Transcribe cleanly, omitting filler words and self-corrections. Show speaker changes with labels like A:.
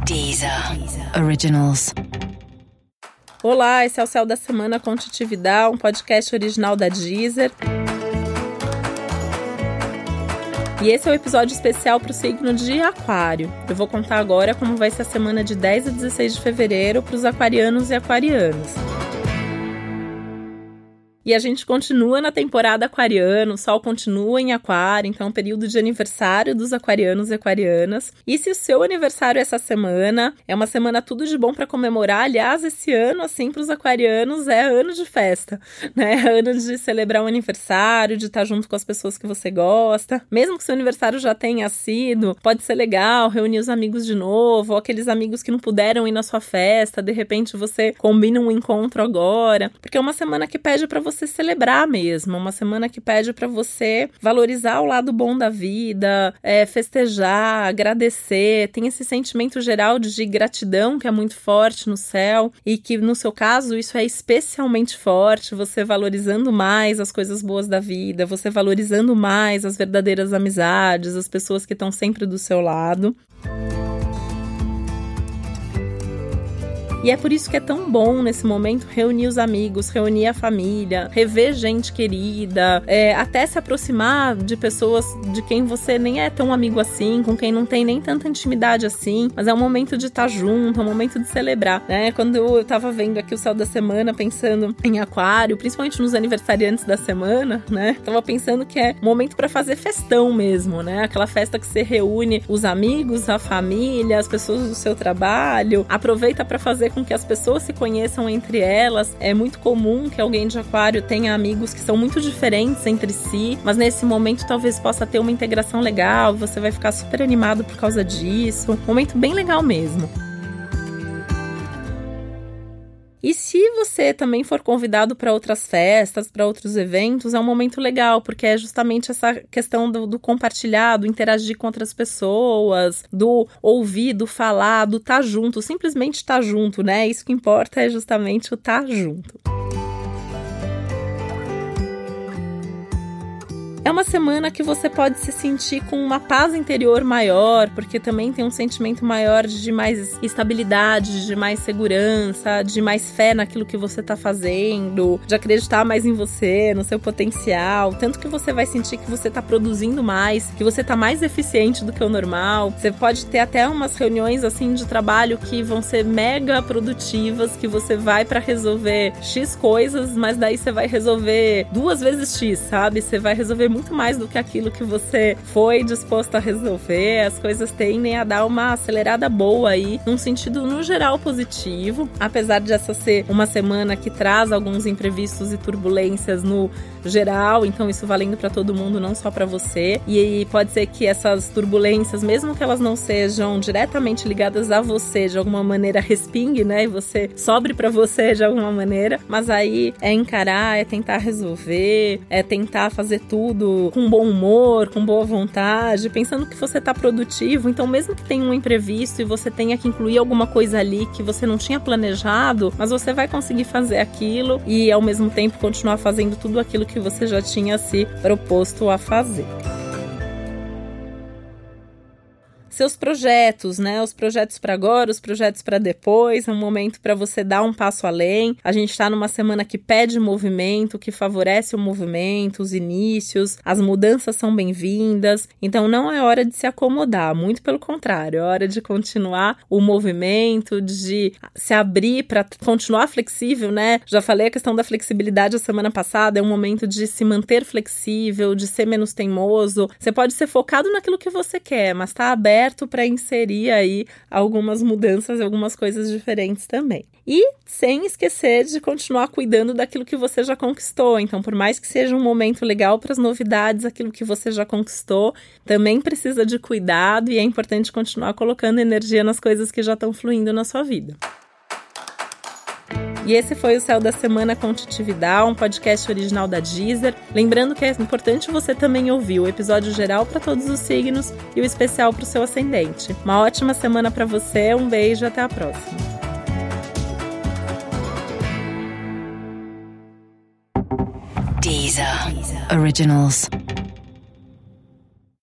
A: Deezer Originals.
B: Olá, esse é o Céu da Semana com Titividade, um podcast original da Deezer. E esse é o episódio especial para o signo de Aquário. Eu vou contar agora como vai ser a semana de 10 a 16 de fevereiro para os aquarianos e aquarianas. E a gente continua na temporada aquariana, o Sol continua em Aquário, então é um período de aniversário dos aquarianos e aquarianas. E se o seu aniversário é essa semana, é uma semana tudo de bom para comemorar. Aliás, esse ano, assim, para os aquarianos é ano de festa, né? É ano de celebrar um aniversário, de estar junto com as pessoas que você gosta. Mesmo que seu aniversário já tenha sido, pode ser legal reunir os amigos de novo, ou aqueles amigos que não puderam ir na sua festa, de repente você combina um encontro agora, porque é uma semana que pede para você celebrar mesmo, uma semana que pede para você valorizar o lado bom da vida, festejar, agradecer, tem esse sentimento geral de gratidão que é muito forte no céu e que no seu caso isso é especialmente forte, você valorizando mais as coisas boas da vida, você valorizando mais as verdadeiras amizades, as pessoas que estão sempre do seu lado. E é por isso que é tão bom nesse momento reunir os amigos, reunir a família, rever gente querida, até se aproximar de pessoas de quem você nem é tão amigo assim, com quem não tem nem tanta intimidade assim, mas é um momento de estar junto, é um momento de celebrar, né? Quando eu tava vendo aqui o Céu da Semana, pensando em Aquário, principalmente nos aniversariantes da semana, né? Tava pensando que é momento para fazer festão mesmo, né? Aquela festa que você reúne os amigos, a família, as pessoas do seu trabalho, aproveita para fazer com que as pessoas se conheçam entre elas. É muito comum que alguém de Aquário tenha amigos que são muito diferentes entre si, mas nesse momento talvez possa ter uma integração legal, você vai ficar super animado por causa disso. Momento bem legal mesmo. E se você também for convidado para outras festas, para outros eventos, é um momento legal, porque é justamente essa questão do compartilhar, do interagir com outras pessoas, do ouvir, do falar, do estar junto, simplesmente estar junto, né? Isso que importa é justamente o estar junto. É uma semana que você pode se sentir com uma paz interior maior, porque também tem um sentimento maior de mais estabilidade, de mais segurança, de mais fé naquilo que você está fazendo, de acreditar mais em você, no seu potencial. Tanto que você vai sentir que você está produzindo mais, que você está mais eficiente do que o normal. Você pode ter até umas reuniões assim de trabalho que vão ser mega produtivas, que você vai para resolver X coisas, mas daí você vai resolver 2 vezes X, sabe? Você vai resolver muito mais do que aquilo que você foi disposto a resolver. As coisas tendem a dar uma acelerada boa aí, num sentido no geral positivo, apesar de essa ser uma semana que traz alguns imprevistos e turbulências no geral, então isso valendo para todo mundo, não só para você. E pode ser que essas turbulências, mesmo que elas não sejam diretamente ligadas a você, de alguma maneira respingue, né, e você sobre para você de alguma maneira, mas aí é encarar, é tentar resolver, é tentar fazer tudo com bom humor, com boa vontade, pensando que você está produtivo. Então mesmo que tenha um imprevisto e você tenha que incluir alguma coisa ali que você não tinha planejado, mas você vai conseguir fazer aquilo e ao mesmo tempo continuar fazendo tudo aquilo que você já tinha se proposto a fazer. Seus projetos, né? Os projetos para agora, os projetos para depois, é um momento para você dar um passo além. A gente está numa semana que pede movimento, que favorece o movimento, os inícios, as mudanças são bem-vindas. Então não é hora de se acomodar, muito pelo contrário, é hora de continuar o movimento, de se abrir para continuar flexível, né? Já falei a questão da flexibilidade a semana passada, é um momento de se manter flexível, de ser menos teimoso. Você pode ser focado naquilo que você quer, mas tá aberto para inserir aí algumas mudanças, algumas coisas diferentes também. E sem esquecer de continuar cuidando daquilo que você já conquistou. Então, por mais que seja um momento legal para as novidades, aquilo que você já conquistou também precisa de cuidado e é importante continuar colocando energia nas coisas que já estão fluindo na sua vida. E esse foi o Céu da Semana com Titividade, um podcast original da Deezer. Lembrando que é importante você também ouvir o episódio geral para todos os signos e o especial para o seu ascendente. Uma ótima semana para você, um beijo e até a próxima.
A: Deezer Originals.